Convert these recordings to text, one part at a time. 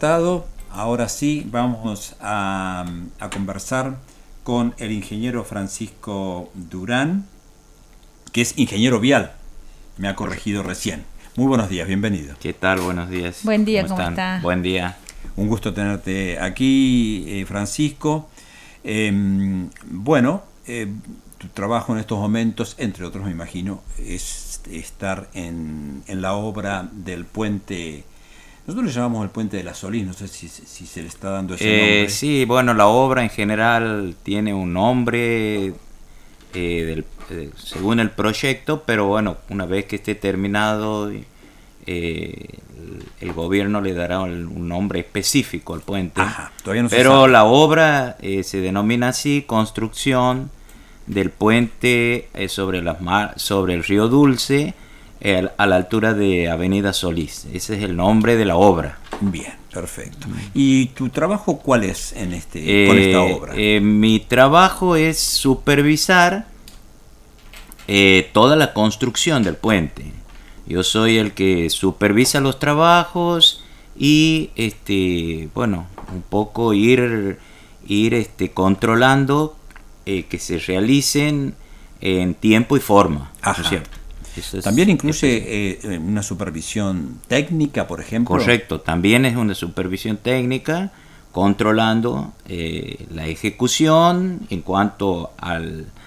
tratado. Ahora sí, vamos a conversar con el ingeniero Francisco Durán, que es ingeniero vial. Me ha corregido recién. Muy buenos días, bienvenido. ¿Qué tal? Buenos días. Buen día, ¿cómo está? Buen día. Un gusto tenerte aquí, Francisco. Tu trabajo en estos momentos, entre otros me imagino, es estar en la obra del puente. Nosotros le llamamos el puente de la Solís, no sé si se le está dando ese nombre. Sí, bueno, la obra en general tiene un nombre según el proyecto, pero bueno, una vez que esté terminado, el gobierno le dará un nombre específico al puente. Ajá, todavía no se pero sabe. La obra se denomina así, construcción del puente sobre el río Dulce, a la altura de Avenida Solís. Ese es el nombre de la obra. Bien, perfecto. ¿Y tu trabajo cuál es con esta obra? Mi trabajo es supervisar toda la construcción del puente. Yo soy el que supervisa los trabajos y un poco ir controlando que se realicen en tiempo y forma. Ajá. ¿No es cierto? También incluye una supervisión técnica, por ejemplo. Correcto, también es una supervisión técnica controlando la ejecución en cuanto a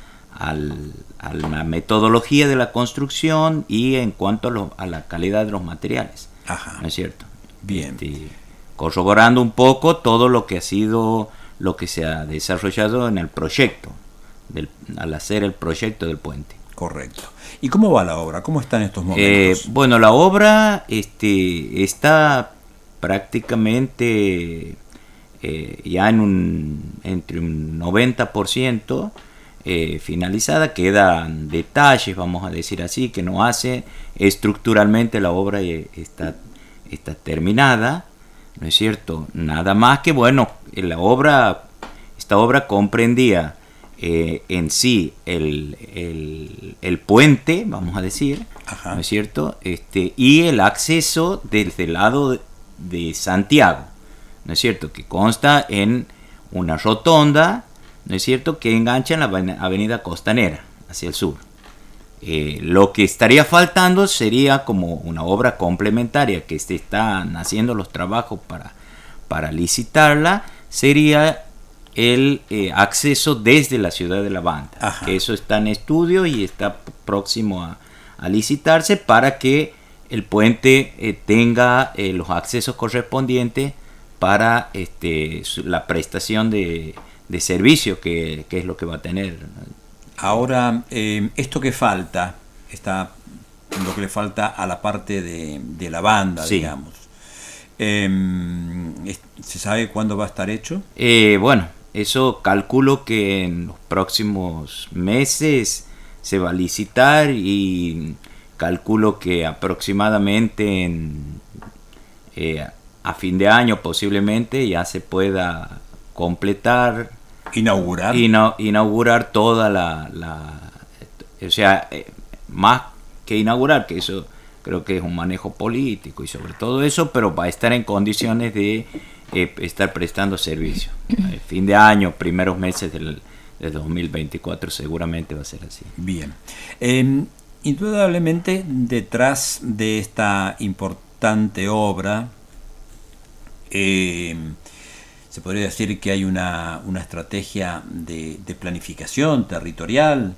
la metodología de la construcción y en cuanto a la calidad de los materiales. Ajá. ¿No es cierto? Bien. Corroborando un poco todo lo que se ha desarrollado en el proyecto, al hacer el proyecto del puente. Correcto. ¿Y cómo va la obra? ¿Cómo está en estos momentos? Bueno, la obra está prácticamente ya entre un 90% finalizada. Quedan detalles, vamos a decir así, que no hace. Estructuralmente la obra está terminada, ¿no es cierto? Nada más que, bueno, esta obra comprendía en sí el puente, vamos a decir, Ajá. ¿no es cierto? Y el acceso desde el lado de Santiago, ¿no es cierto? Que consta en una rotonda, ¿no es cierto?, que engancha en la avenida Costanera hacia el sur. Lo que estaría faltando sería como una obra complementaria que se están haciendo los trabajos para licitarla, sería el acceso desde la ciudad de La Banda. Ajá. Que eso está en estudio y está próximo a licitarse para que el puente tenga los accesos correspondientes para la prestación de servicio que es lo que va a tener. Ahora, esto que falta, lo que le falta a la parte de La Banda, Sí. digamos. ¿Se sabe cuándo va a estar hecho? Bueno, eso calculo que en los próximos meses se va a licitar y calculo que aproximadamente a fin de año posiblemente ya se pueda completar, inaugurar toda o sea, más que inaugurar, que eso creo que es un manejo político y sobre todo eso, pero va a estar en condiciones de estar prestando servicio. Fin de año, primeros meses del 2024 seguramente va a ser así. Bien. Indudablemente detrás de esta importante obra se podría decir que hay una estrategia de planificación territorial.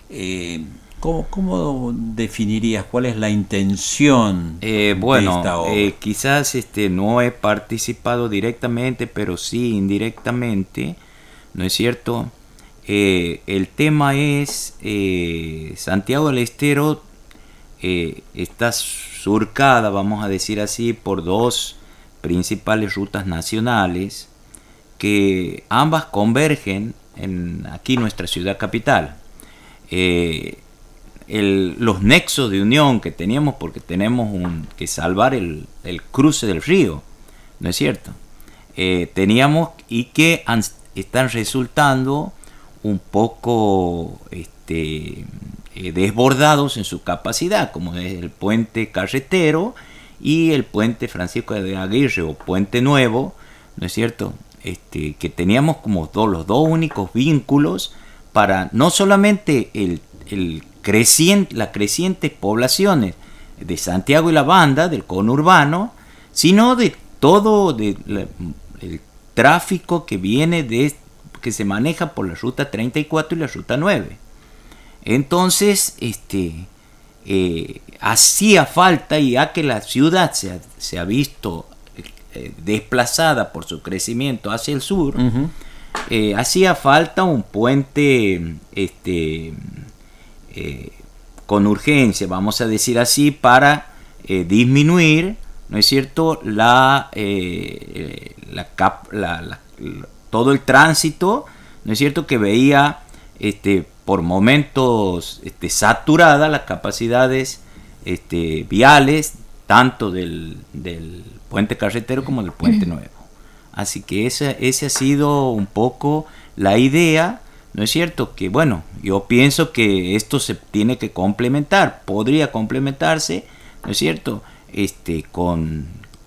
¿Cómo definirías cuál es la intención de esta obra? Quizás no he participado directamente, pero sí indirectamente, ¿no es cierto? El tema es Santiago del Estero está surcada, vamos a decir así, por dos principales rutas nacionales que ambas convergen en aquí nuestra ciudad capital. Los nexos de unión que teníamos, porque tenemos que salvar el cruce del río, ¿no es cierto? Teníamos y que están resultando un poco desbordados en su capacidad, como es el puente carretero y el puente Francisco de Aguirre o Puente Nuevo, ¿no es cierto? Que teníamos como los dos únicos vínculos para no solamente la creciente poblaciones de Santiago y la Banda, del conurbano, sino de todo el tráfico que viene que se maneja por la ruta 34 y la ruta 9. Entonces, hacía falta, y ya que la ciudad se ha visto desplazada por su crecimiento hacia el sur, hacía falta un puente con urgencia, vamos a decir así, para disminuir, ¿no es cierto?, todo el tránsito, ¿no es cierto?, que veía por momentos saturadas las capacidades viales, tanto del puente carretero como del puente nuevo. Así que ese ha sido un poco la idea, ¿no es cierto? Que bueno, yo pienso que esto se tiene que complementar, podría complementarse, ¿no es cierto? Con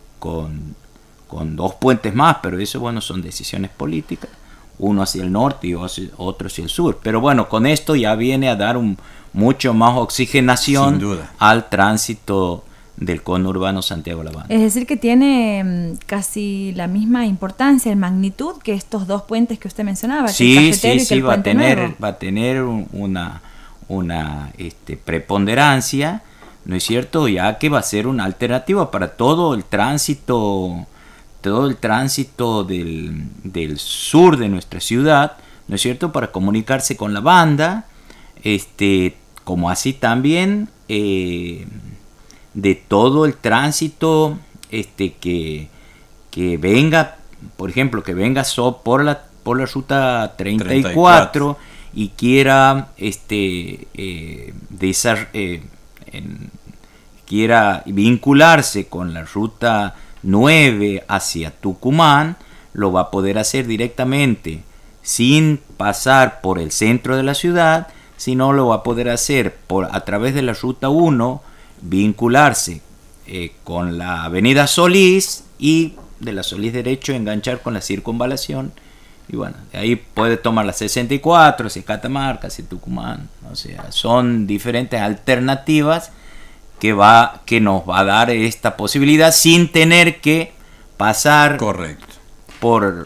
dos puentes más, pero eso, bueno, son decisiones políticas, uno hacia el norte y otro hacia el sur. Pero bueno, con esto ya viene a dar mucho más oxigenación al tránsito del conurbano Santiago-La Banda. Es decir, que tiene casi la misma importancia, en magnitud, que estos dos puentes que usted mencionaba, sí, que el carretero y que el puente nuevo. Va a tener una preponderancia, ¿no es cierto?, ya que va a ser una alternativa para todo el tránsito del sur de nuestra ciudad, ¿no es cierto?, para comunicarse con la Banda, como así también de todo el tránsito que venga, por ejemplo, que venga por la ruta 34 y quiera quiera vincularse con la ruta 9 hacia Tucumán, lo va a poder hacer directamente sin pasar por el centro de la ciudad, sino lo va a poder hacer a través de la ruta 1, vincularse con la avenida Solís y de la Solís derecho enganchar con la circunvalación, y bueno, de ahí puede tomar la 64 hacia Catamarca, hacia Tucumán. O sea, son diferentes alternativas que nos va a dar esta posibilidad sin tener que pasar correcto por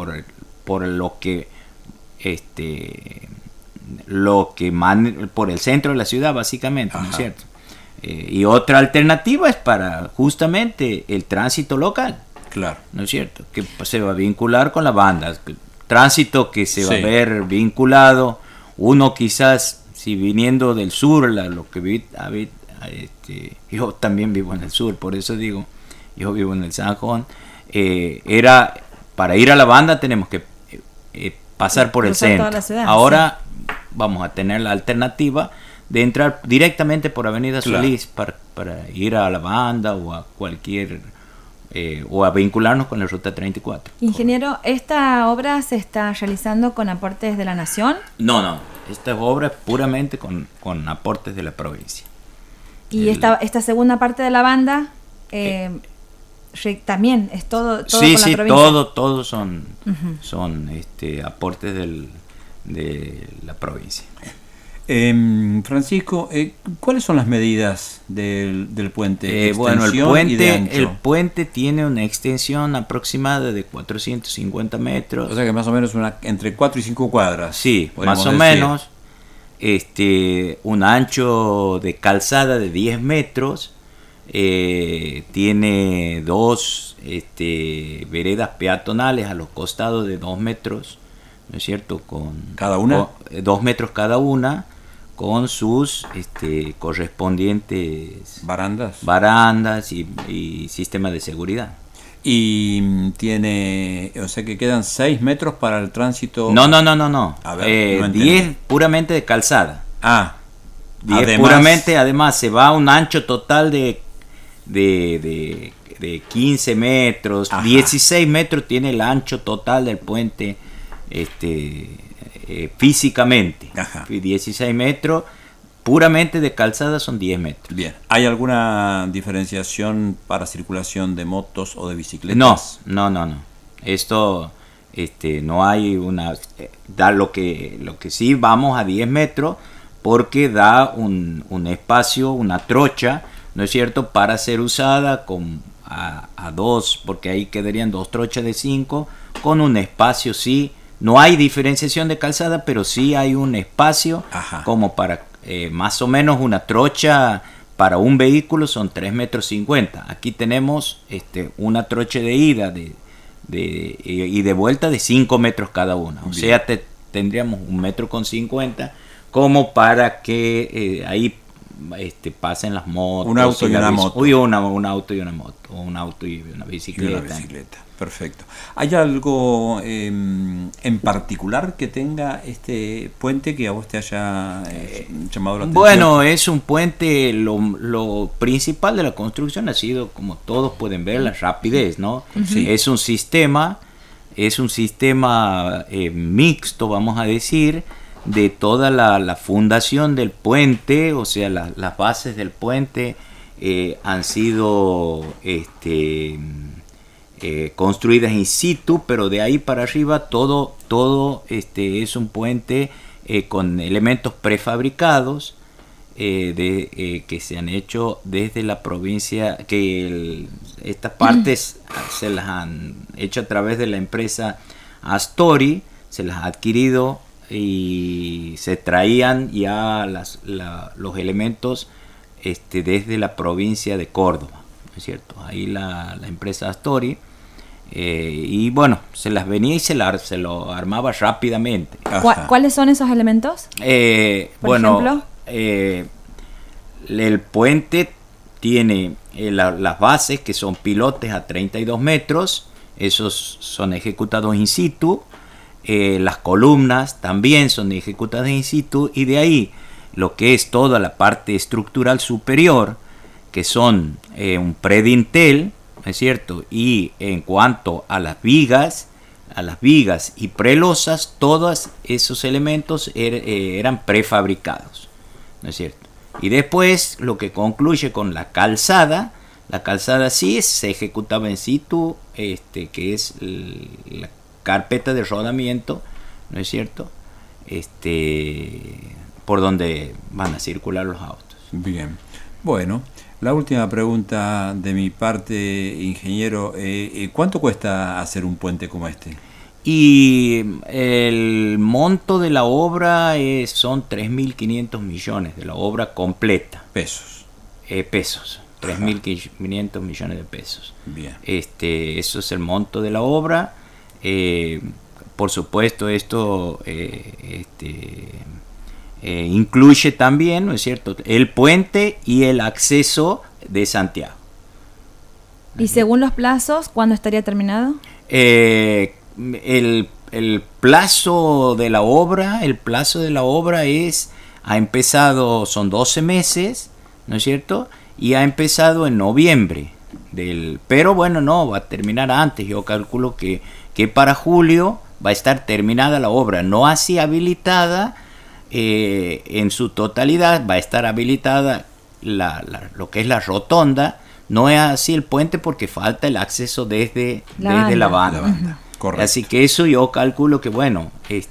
por el centro de la ciudad, básicamente. ¿No es cierto? Y otra alternativa es para justamente el tránsito local. Claro. ¿No es cierto? Que se va a vincular con la Banda. Tránsito que se va a ver vinculado. Uno quizás, si viniendo del sur, lo que yo también vivo en el sur, por eso digo, yo vivo en el San Juan, era para ir a la Banda tenemos que pasar por el centro. Ciudad, ahora vamos a tener la alternativa de entrar directamente por Avenida Solís para ir a la Banda o a cualquier o a vincularnos con la ruta 34. Ingeniero, ¿esta obra se está realizando con aportes de la Nación? No, esta obra es puramente con aportes de la provincia. ¿Y esta segunda parte de la Banda también es todo con la provincia? Todos son aportes de la provincia. Francisco, ¿cuáles son las medidas del puente? Bueno, el puente tiene una extensión aproximada de 450 metros. O sea que más o menos entre 4 y 5 cuadras. Sí, más o menos. Un ancho de calzada de 10 metros. Tiene dos veredas peatonales a los costados de 2 metros, ¿no es cierto? ¿Cada una? 2 metros cada una, con sus correspondientes barandas y sistemas de seguridad. Y tiene, o sea que quedan 6 metros para el tránsito. No. A ver, no 10 puramente de calzada. 10 además, puramente, además se va a un ancho total de 15 metros. Ajá. 16 metros tiene el ancho total del puente físicamente. Ajá. 16 metros puramente de calzada son 10 metros. Bien. ¿Hay alguna diferenciación para circulación de motos o de bicicletas? No. Esto no hay una... Da lo que sí vamos a 10 metros porque da un espacio, una trocha, ¿no es cierto?, para ser usada a dos, porque ahí quedarían 2 trochas de 5, con un espacio, sí. No hay diferenciación de calzada, pero sí hay un espacio. Ajá. Como para más o menos una trocha para un vehículo son 3,50 metros. Aquí tenemos una trocha de ida y de vuelta de 5 metros cada una. O sea, tendríamos 1,50 metros como para que ahí pasen las motos. Un auto y una moto. Un auto y una moto. O un auto y una bicicleta. Y una bicicleta. Perfecto. ¿Hay algo en particular que tenga este puente que a vos te haya llamado la atención? Bueno, es un puente, lo principal de la construcción ha sido, como todos pueden ver, la rapidez, ¿no? Sí. Es un sistema mixto, vamos a decir, de toda la fundación del puente, o sea, las bases del puente han sido construidas in situ, pero de ahí para arriba todo es un puente con elementos prefabricados que se han hecho desde la provincia, estas partes se las han hecho a través de la empresa Astori, se las ha adquirido y se traían ya los elementos desde la provincia de Córdoba, ¿no es cierto? Ahí la empresa Astori y bueno, se las venía y se lo armaba rápidamente. ¿Cuáles son esos elementos? Por ejemplo, el puente tiene las bases, que son pilotes a 32 metros, esos son ejecutados in situ. Las columnas también son ejecutadas in situ, y de ahí lo que es toda la parte estructural superior, que son un predintel, ¿no es cierto? Y en cuanto a las vigas y prelosas, todos esos elementos eran prefabricados, ¿no es cierto? Y después lo que concluye con la calzada sí se ejecutaba in situ, que es la carpeta de rodamiento, ¿no es cierto? Por donde van a circular los autos. Bien. Bueno, la última pregunta de mi parte, ingeniero. ¿Cuánto cuesta hacer un puente como este? Y el monto de la obra son 3.500 millones de la obra completa. Pesos. Pesos. 3.500 millones de pesos. Bien. Eso es el monto de la obra. Por supuesto, esto incluye también, ¿no es cierto?, el puente y el acceso de Santiago. ¿Y según los plazos, cuándo estaría terminado? El plazo de la obra ha empezado, son 12 meses, ¿no es cierto?, y ha empezado en noviembre pero bueno, no, va a terminar antes. Yo calculo que para julio va a estar terminada la obra, no así habilitada en su totalidad. Va a estar habilitada lo que es la rotonda, no es así el puente, porque falta el acceso desde la banda. Uh-huh. Correcto. Así que eso yo calculo que bueno,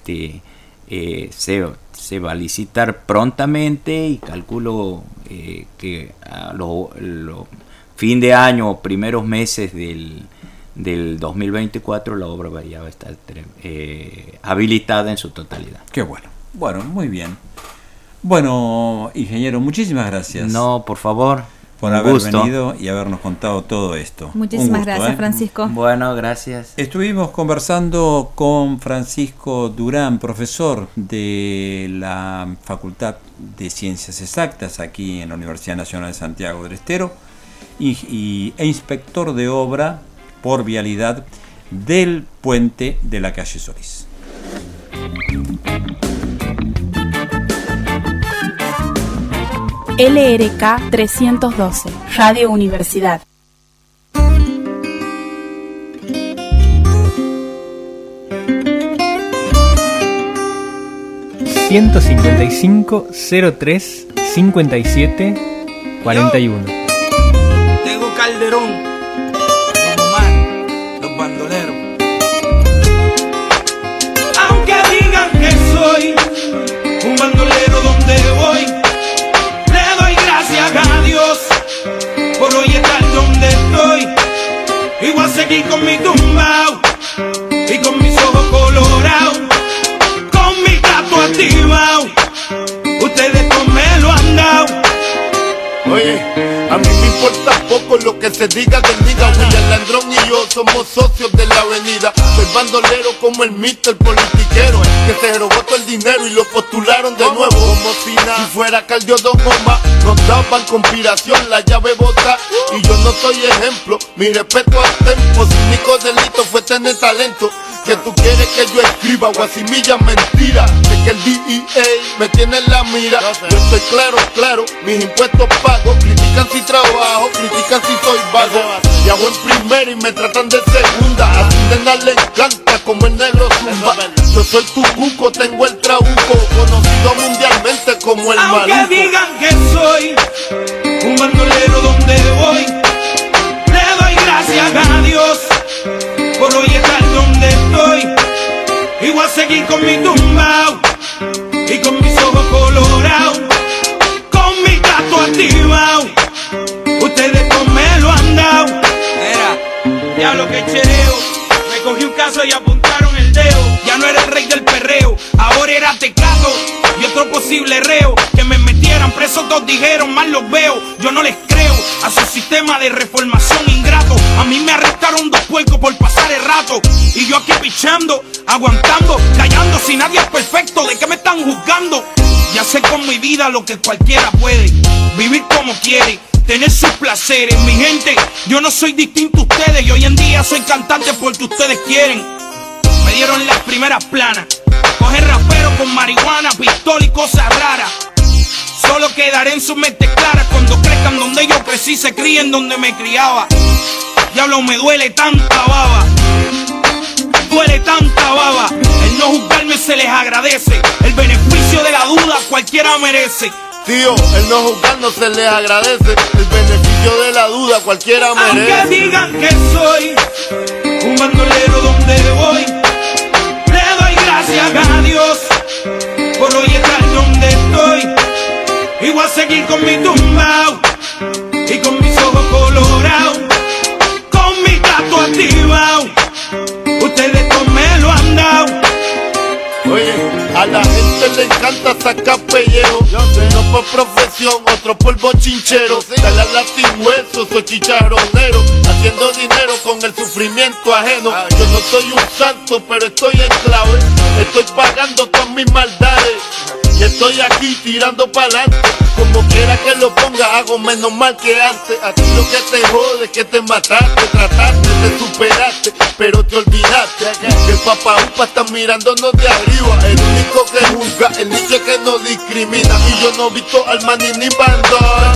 se va a licitar prontamente, y calculo que a fin de año o primeros meses del 2024 la obra ya va a estar habilitada en su totalidad. Qué bueno. Bueno, muy bien. Bueno, ingeniero, muchísimas gracias. No, por favor. Por haber venido y habernos contado todo esto. Muchísimas gracias, Francisco. Bueno, gracias. Estuvimos conversando con Francisco Durán, profesor de la Facultad de Ciencias Exactas aquí en la Universidad Nacional de Santiago del Estero e inspector de obra por vialidad del puente de la calle Solís. LRK 312, Radio Universidad. 155 03 57 41. Tego Calderón, Don Omar, los bandoleros. Aunque digan que soy un bandolero donde voy, le doy gracias a Dios por hoy estar donde estoy. Y voy a seguir con mi tumbao y con mis ojos colorados, con mi gato activado. Ustedes no me lo han dado. Oye, a mí me importa poco lo que se diga del nigga. William Landrón y yo somos socios de la avenida. Soy bandolero como el Mr. Politiquero, que se robó todo el dinero y lo postularon de nuevo. Como si fuera Caldio Don Omar, nos daban conspiración, la llave bota. Y yo no soy ejemplo, mi respeto al tempo. Su único delito fue tener talento. Que tú quieres que yo escriba guasimilla mentira. Sé que el DEA me tiene en la mira. Yo estoy claro, mis impuestos pago. Critican si trabajo, critican si soy vago. Viajo en primera y me tratan de segunda. A tu nena le encanta como el negro zumba. Yo soy tu cuco, tengo el trabuco, conocido mundialmente como el maluco. Aunque digan que soy un bandolero donde voy, le doy gracias a Dios por hoy estar donde estoy. Y voy a seguir con mi tumbao y con mis ojos colorados, con mi gato activado. Ustedes no me lo han dado. Era, diablo que chereo. Me cogí un caso y apuntaron el dedo. Ya no era el rey del perreo, ahora era Tecato y otro posible reo. Que me metieran preso, todos dijeron, mal los veo. Yo no les creo a su sistema de reformación ingrato. A mí me arrestaron 2 puercos por pasar el rato. Y yo aquí pichando, aguantando, callando. Si nadie es perfecto, ¿de qué me están juzgando? Ya sé con mi vida lo que cualquiera puede. Vivir como quiere, tener sus placeres. Mi gente, yo no soy distinto a ustedes. Y hoy en día soy cantante porque ustedes quieren. Me dieron las primeras planas. Coger rapero con marihuana, pistola y cosas raras. Solo quedaré en sus mentes claras cuando crezcan donde yo crecí, se críen donde me criaba. Diablo, me duele tanta baba. Duele tanta baba. El no juzgarme se les agradece. El beneficio de la duda cualquiera merece. Tío, el no juzgarnos se les agradece. El beneficio de la duda cualquiera merece. Aunque digan que soy un bandolero donde voy, le doy gracias a Dios por hoy estar donde estoy. Y voy a seguir con mi tumbao y con mis ojos colorados, con mi gato activado. Ustedes no me lo han dado. Oye, a la gente le encanta sacar pellejo. Uno por profesión, otro por bochinchero. Dale al latihueso, soy chicharronero, haciendo dinero con el sufrimiento ajeno. Yo no soy un santo, pero estoy en clave. Estoy pagando todas mis maldades y estoy aquí tirando pa'lante. Como quiera que lo ponga, hago menos mal que antes. A ti lo que te jode es que te mataste, trataste, te superaste, pero te olvidaste que el papá upa está mirándonos de arriba. El único que juzga, el nicho que no discrimina. Y yo no visto al maní ni banda.